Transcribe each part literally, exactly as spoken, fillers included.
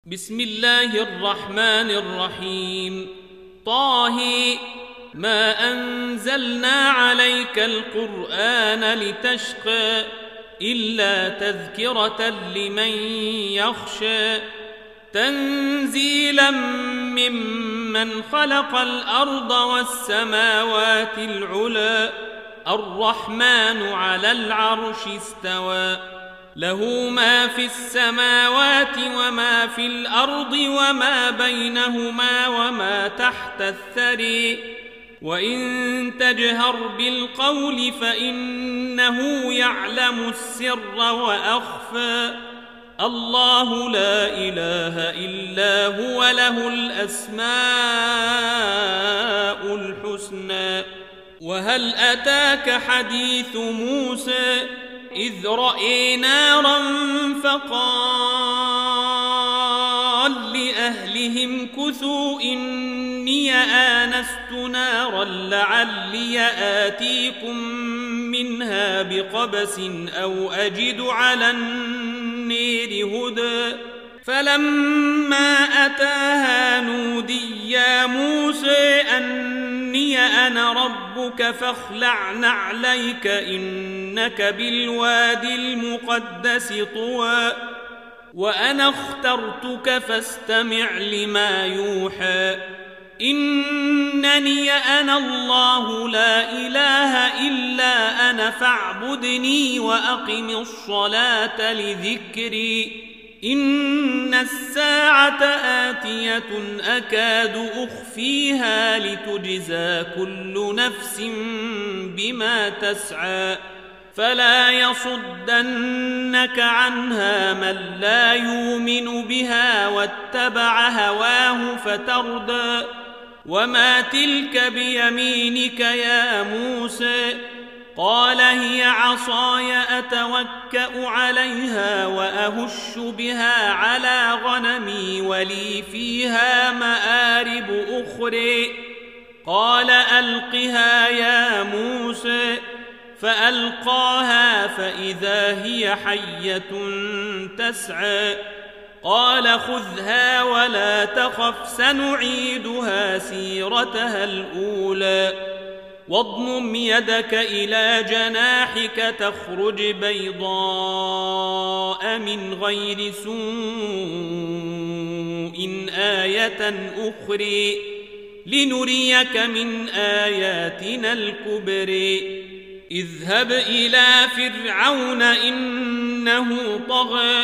بسم الله الرحمن الرحيم. طه ما أنزلنا عليك القرآن لتشقى إلا تذكرة لمن يخشى تنزيلا ممن خلق الأرض والسماوات العلى الرحمن على العرش استوى له ما في السماوات وما في الأرض وما بينهما وما تحت الثري وإن تجهر بالقول فإنه يعلم السر وأخفى الله لا إله إلا هو له الأسماء الحسنى. وهل أتاك حديث موسى إذ رأي نارا فقال لأهلهم كثوا إني آنست نارا لعلي آتيكم منها بقبس أو أجد على النير هدى فلما أتاها نودي يا موسى أني أنا ربك فاخلع نعليك إنك بالوادي المقدس طوى وأنا اخترتك فاستمع لما يوحى إنني أنا الله لا إله إلا أنا فاعبدني وأقم الصلاة لذكري إن الساعة آتية أكاد أخفيها لتجزى كل نفس بما تسعى فلا يصدنك عنها من لا يؤمن بها واتبع هواه فتردى وما تلك بيمينك يا موسى قال هي عصاي أتوكأ عليها وأهش بها على غنمي ولي فيها مآرب أخرى قال ألقها يا موسى فألقاها فإذا هي حية تسعى قال خذها ولا تخف سنعيدها سيرتها الأولى واضمم يدك إلى جناحك تخرج بيضاء من غير سوء آية أخرى لنريك من آياتنا الكبرى اذهب إلى فرعون إنه طغى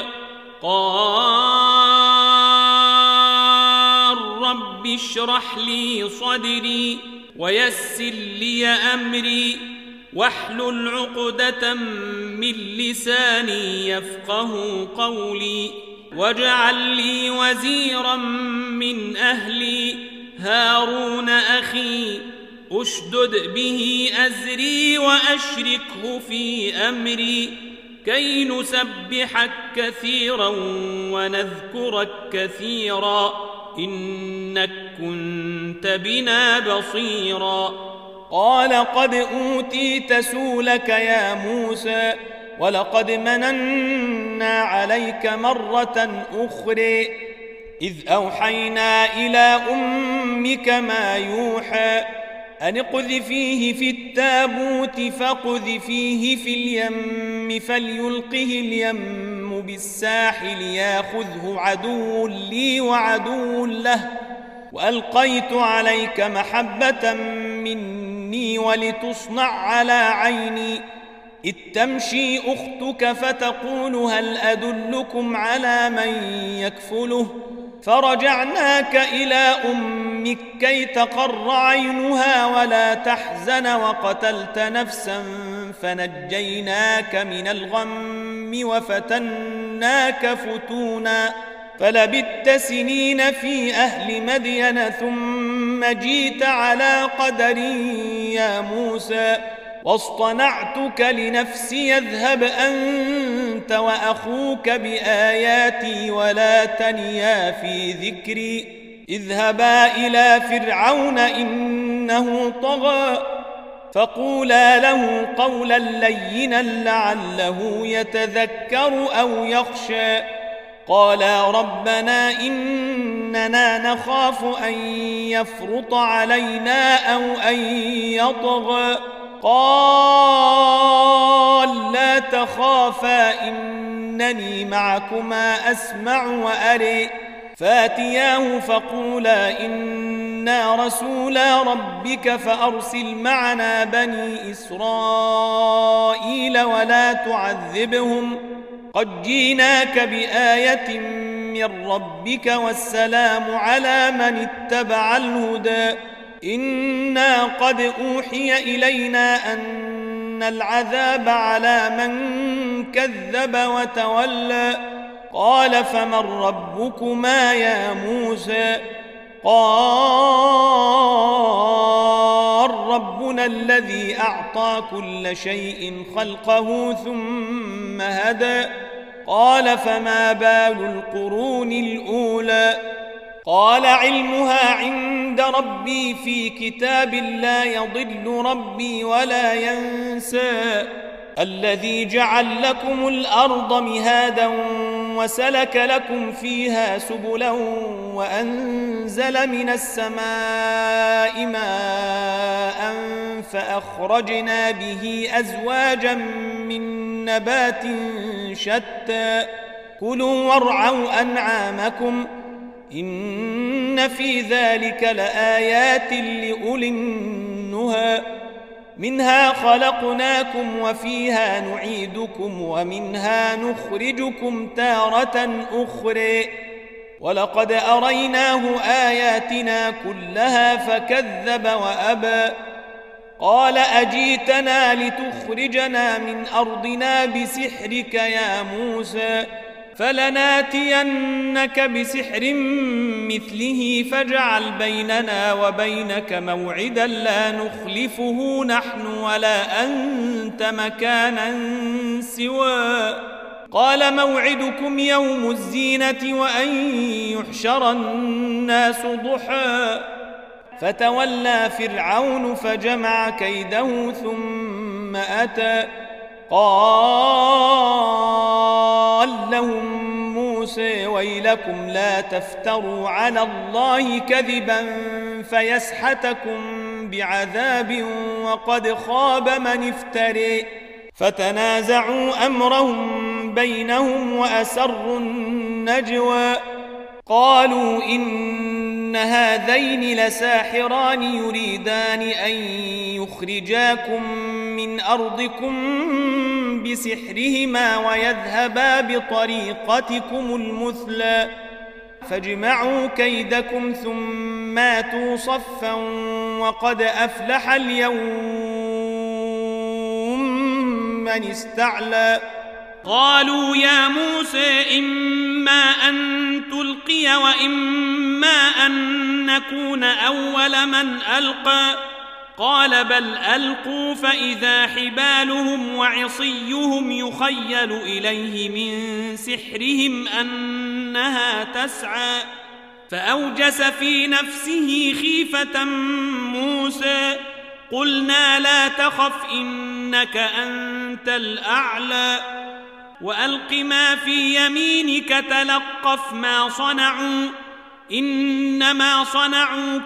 قال رب اشرح لي صدري ويسر لي أمري واحلل عقدة من لساني يفقه قولي واجعل لي وزيرا من أهلي هارون أخي أشدد به أزري وأشركه في أمري كي نسبحك كثيرا ونذكرك كثيرا إنك كنت بنا بصيرا قال قد أوتيت سؤلك يا موسى ولقد مننا عليك مرة أخرى إذ أوحينا إلى أمك ما يوحى أن اقذفيه في التابوت فاقذفيه في اليم فليلقه اليم بالساحل ياخذه عدو لي وعدو له وألقيت عليك محبة مني ولتصنع على عيني إذ تمشي أختك فتقول هل أدلكم على من يكفله فرجعناك إلى أمك كي تقر عينها ولا تحزن وقتلت نفسا فنجيناك من الغم وفتناك فتونا فلبثت سنين في أهل مدين ثم جيت على قدر يا موسى واصطنعتك لنفسي اذهب أنت وأخوك بآياتي ولا تنيا في ذكري اذهبا إلى فرعون إنه طغى فقولا له قولا لينا لعله يتذكر أو يخشى قالا ربنا إننا نخاف أن يفرط علينا أو أن يطغى قال لا تخافا إنني معكما أسمع وأري فاتياه فقولا إنا رسولا ربك فأرسل معنا بني إسرائيل ولا تعذبهم قد جيناك بآية من ربك والسلام على من اتبع الهدى إنا قد أوحي إلينا أن العذاب على من كذب وتولى قال فمن ربكما يا موسى قال ربنا الذي أعطى كل شيء خلقه ثم هدى قال فما بال القرون الأولى قال علمها عند ربي في كتاب لا يضل ربي ولا ينسى الذي جعل لكم الأرض مهادا وسلك لكم فيها سبلا وأنزل من السماء ماء فأخرجنا به أزواجا من نبات شتى كلوا وارعوا أنعامكم إن في ذلك لآيات لأولي النهى منها خلقناكم وفيها نعيدكم ومنها نخرجكم تارة أخرى ولقد أريناه آياتنا كلها فكذب وأبى قال أجيتنا لتخرجنا من أرضنا بسحرك يا موسى فلناتينك بسحر مثله فاجعل بيننا وبينك موعدا لا نخلفه نحن ولا أنت مكانا سوى قال موعدكم يوم الزينة وأن يحشر الناس ضحى فتولى فرعون فجمع كيده ثم أتى قال لهم موسى ويلكم لا تفتروا على الله كذبا فيسحتكم بعذاب وقد خاب من افتري فتنازعوا أمرهم بينهم وأسروا النجوى قالوا إن هذين لساحران يريدان أن يخرجاكم من أرضكم بسحرهما ويذهبا بطريقتكم المثلى فاجمعوا كيدكم ثم آتوا صفا وقد أفلح اليوم من استعلى قالوا يا موسى إما أن تلقي وإما أن نكون أول من ألقى قال بل ألقوا فإذا حبالهم وعصيهم يخيل إليه من سحرهم أنها تسعى فأوجس في نفسه خيفة موسى قلنا لا تخف إنك أنت الأعلى وألق ما في يمينك تلقف ما صنعوا إنما صنعوا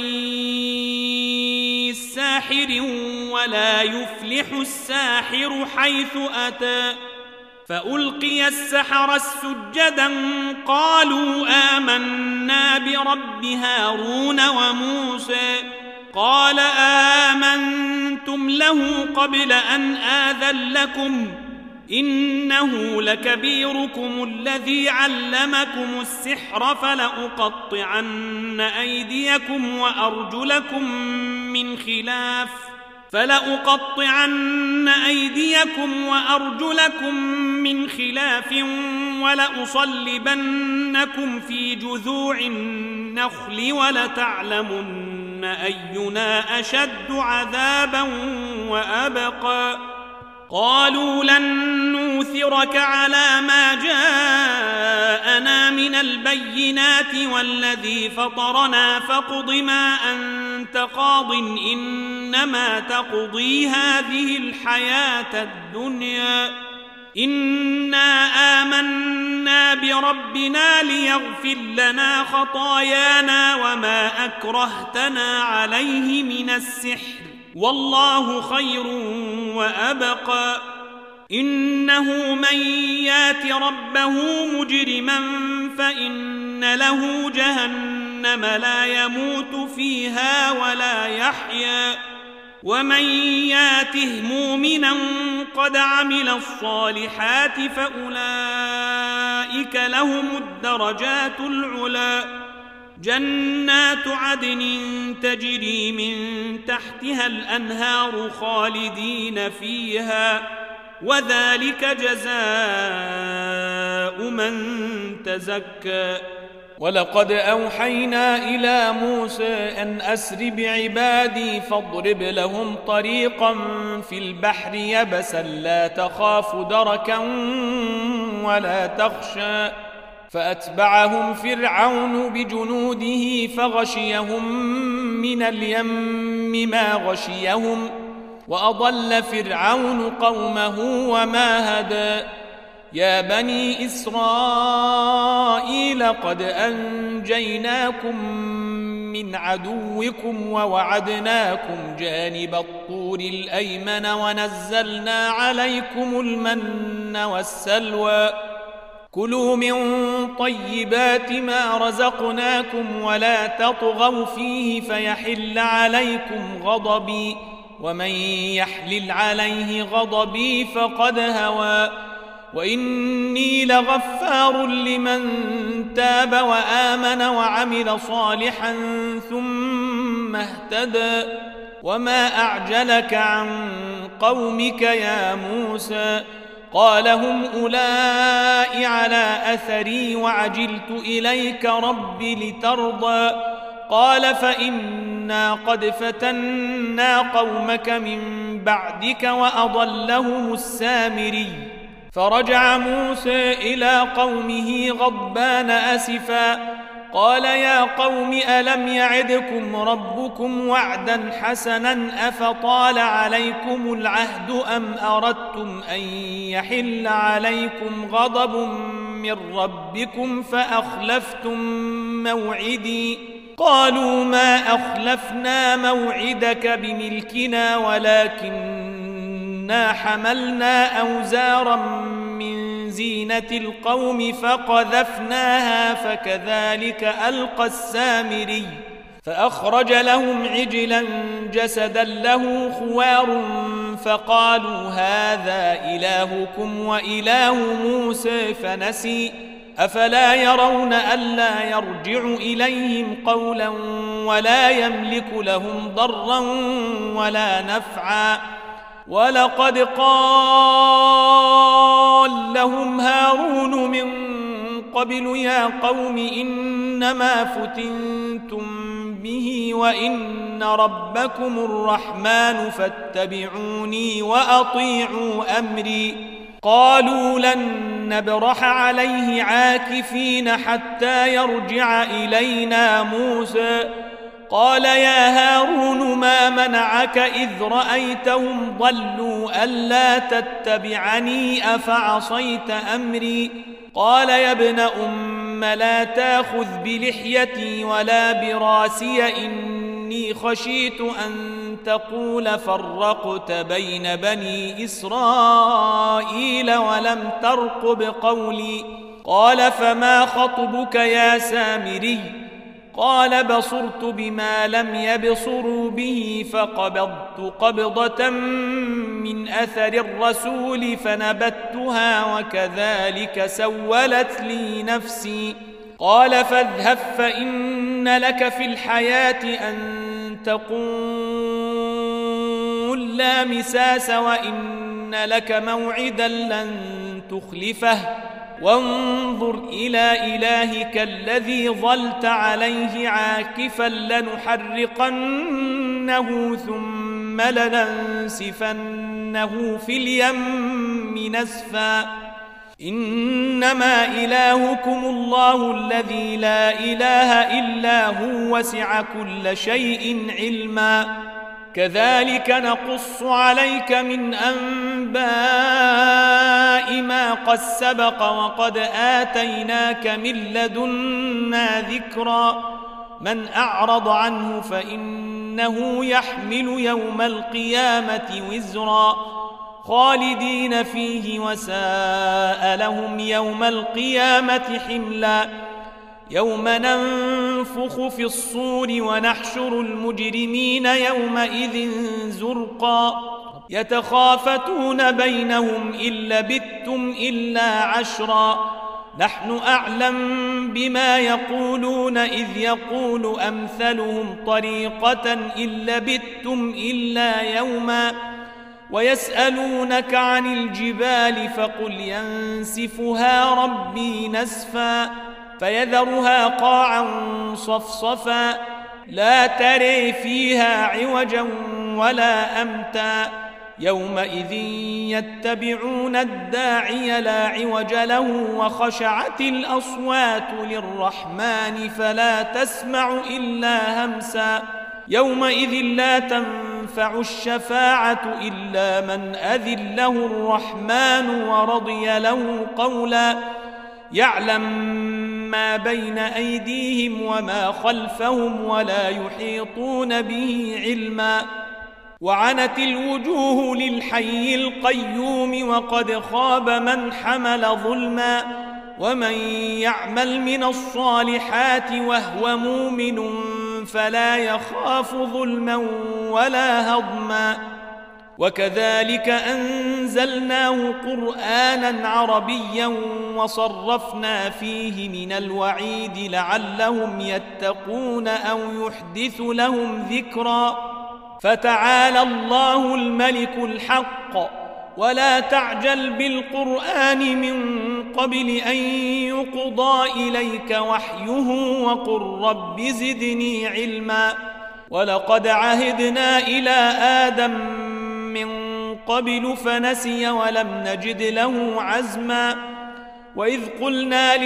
كيد ساحر ولا يفلح الساحر حيث أتى فألقي السحرة سجدا قالوا آمنا برب هارون وموسى قال آمنتم له قبل أن آذن لكم إنه لكبيركم الذي علمكم السحر فلأقطعن أيديكم وأرجلكم من خلاف فلأقطعن أيديكم وأرجلكم من خلاف ولأصلبنكم في جذوع النخل ولتعلمن أينا أشد عذابا وأبقى قالوا لن نوثرك على ما جاءنا من البينات والذي فطرنا فاقض ما أنت قاض إنما تقضي هذه الحياة الدنيا إنا آمنا بربنا ليغفر لنا خطايانا وما أكرهتنا عليه من السحر والله خير وأبقى إنه من يات ربه مجرما فإن له جهنم لا يموت فيها ولا يحيا ومن ياته مؤمنا قد عمل الصالحات فأولئك لهم الدرجات العلى جنات عدن تجري من تحتها الأنهار خالدين فيها وذلك جزاء من تزكى ولقد أوحينا إلى موسى أن أسر بعبادي فاضرب لهم طريقا في البحر يبسا لا تخاف دركا ولا تخشى فأتبعهم فرعون بجنوده فغشيهم من اليم ما غشيهم وأضل فرعون قومه وما هدى يا بني إسرائيل قد أنجيناكم من عدوكم ووعدناكم جانب الطور الأيمن ونزلنا عليكم المن والسلوى كلوا من طيبات ما رزقناكم ولا تطغوا فيه فيحل عليكم غضبي ومن يحلل عليه غضبي فقد هوى وإني لغفار لمن تاب وآمن وعمل صالحا ثم اهتدى وما أعجلك عن قومك يا موسى قال هم أولئك على أثري وعجلت إليك رب لترضى قال فإنا قد فتنا قومك من بعدك وأضلهم السامري فرجع موسى إلى قومه غضبان أسفا قال يا قوم ألم يعدكم ربكم وعدا حسنا أفطال عليكم العهد أم أردتم أن يحل عليكم غضب من ربكم فأخلفتم موعدي قالوا ما أخلفنا موعدك بملكنا ولكننا حملنا أوزارا من زينة القوم فقذفناها فكذلك ألقى السامري فأخرج لهم عجلا جسدا له خوار فقالوا هذا إلهكم وإله موسى فنسي أفلا يرون ألا يرجع إليهم قولا ولا يملك لهم ضرا ولا نفعا ولقد قال لهم هارون من قبل يا قوم إنما فتنتم به وإن ربكم الرحمن فاتبعوني وأطيعوا أمري قالوا لن نبرح عليه عاكفين حتى يرجع إلينا موسى قال يا هارون ما منعك إذ رأيتهم ضلوا ألا تتبعني أفعصيت أمري قال يا ابن أم لا تأخذ بلحيتي ولا براسي إني خشيت أن تقول فرقت بين بني إسرائيل ولم ترقب قولي قال فما خطبك يا سامري قال بصرت بما لم يبصروا به فقبضت قبضة من أثر الرسول فنبتها وكذلك سولت لي نفسي قال فاذهب فإن لك في الحياة أن تقول لا مساس وإن لك موعدا لن تخلفه وانظر إلى إلهك الذي ظلت عليه عاكفا لنحرقنه ثم لننسفنه في اليم نسفا إنما إلهكم الله الذي لا إله إلا هو وسع كل شيء علما كذلك نقص عليك من أنباء ما قد سبق وقد آتيناك من لدنا ذكرا من أعرض عنه فإنه يحمل يوم القيامة وزرا خالدين فيه وساء لهم يوم القيامة حملا يوم ننفخ في الصور ونحشر المجرمين يومئذ زرقا يتخافتون بينهم إن لبثتم إلا عشرا نحن أعلم بما يقولون إذ يقول أمثلهم طريقة إن لبثتم إلا يوما ويسألونك عن الجبال فقل ينسفها ربي نسفا فيذرها قاعا صفصفا لا تري فيها عوجا ولا أمتا يومئذ يتبعون الداعي لا عوج له وخشعت الأصوات للرحمن فلا تسمع إلا همسا يومئذ لا تنفع الشفاعة إلا من أذن له الرحمن ورضي له قولا يعلم ما بين أيديهم وما خلفهم ولا يحيطون به علما وعنت الوجوه للحي القيوم وقد خاب من حمل ظلما ومن يعمل من الصالحات وهو مؤمن فلا يخاف ظلما ولا هضما وكذلك أنزلناه قرآنا عربيا وصرفنا فيه من الوعيد لعلهم يتقون أو يحدث لهم ذكرا فتعالى الله الملك الحق ولا تعجل بالقرآن من قبل أن يقضى إليك وحيه وقل رب زدني علما ولقد عهدنا إلى آدم من قبل فنسي ولم نجد له عزما وإذ قلنا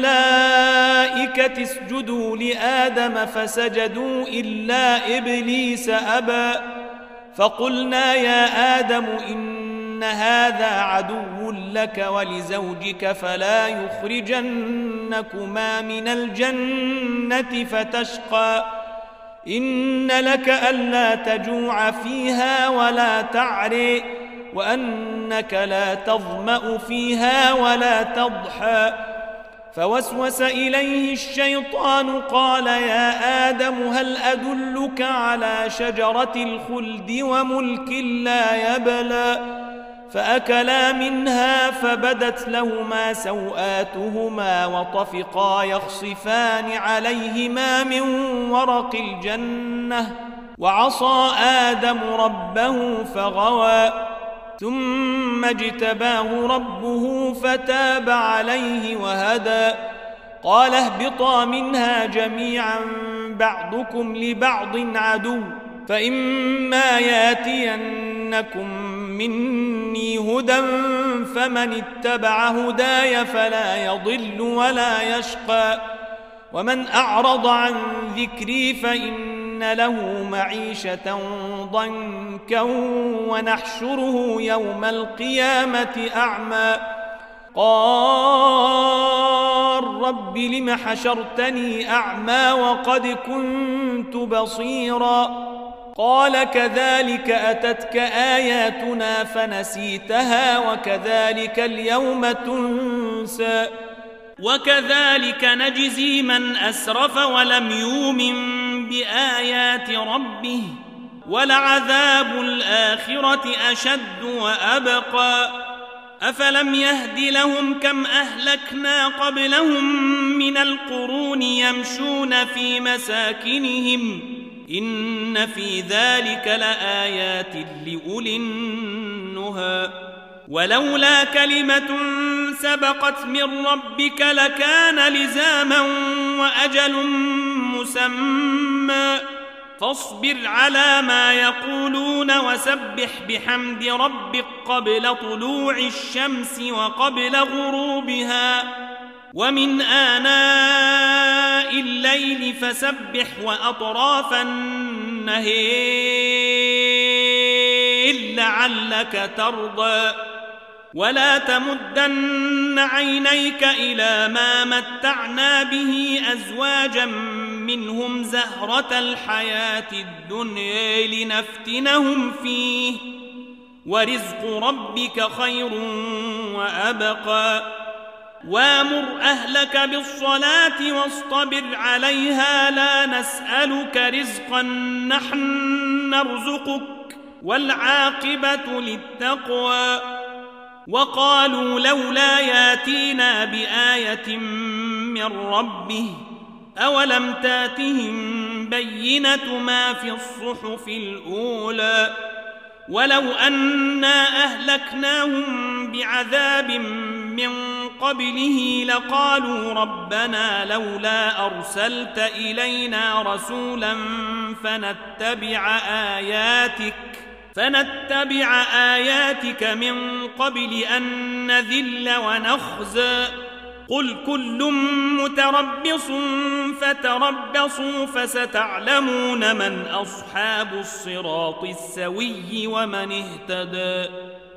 للملائكة اسجدوا لآدم فسجدوا إلا إبليس أبى فقلنا يا آدم إن هذا عدو لك ولزوجك فلا يخرجنكما من الجنة فتشقى إن لك ألا تجوع فيها ولا تعري وأنك لا تظمأ فيها ولا تضحى فوسوس إليه الشيطان قال يا آدم هل أدلك على شجرة الخلد وملك لا يبلى فأكلا منها فبدت لهما سوآتهما وطفقا يخصفان عليهما من ورق الجنة وعصى آدم ربه فغوى ثم اجتباه ربه فتاب عليه وهدى قال اهبطا منها جميعا بعضكم لبعض عدو فإما ياتينكم مني هدى فمن اتبع هداي فلا يضل ولا يشقى ومن أعرض عن ذكري فإن له معيشة ضنكا ونحشره يوم القيامة أعمى قال رب لم حشرتني أعمى وقد كنت بصيرا قال كذلك أتتك آياتنا فنسيتها وكذلك اليوم تنسى وكذلك نجزي من أسرف ولم يؤمن بآيات ربه ولعذاب الآخرة أشد وأبقى أفلم يهد لهم كم أهلكنا قبلهم من القرون يمشون في مساكنهم إن في ذلك لآيات لأولي النهى ولولا كلمة سبقت من ربك لكان لزاما وأجل مسمى فاصبر على ما يقولون وسبح بحمد ربك قبل طلوع الشمس وقبل غروبها ومن آناء الليل فسبح وأطراف النهار لعلك ترضى ولا تمدن عينيك إلى ما متعنا به أزواجا منهم زهرة الحياة الدنيا لنفتنهم فيه ورزق ربك خير وأبقى وامر أهلك بالصلاة واصطبر عليها لا نسألك رزقا نحن نرزقك والعاقبة للتقوى وقالوا لولا ياتينا بآية من ربه أولم تاتهم بينة ما في الصحف الأولى ولو أنا أهلكناهم بعذاب من قبله لقالوا ربنا لولا أرسلت إلينا رسولا فنتبع آياتك فنتبع آياتك من قبل أن نذل ونخزى قل كل متربص فتربصوا فستعلمون من أصحاب الصراط السوي ومن اهتدى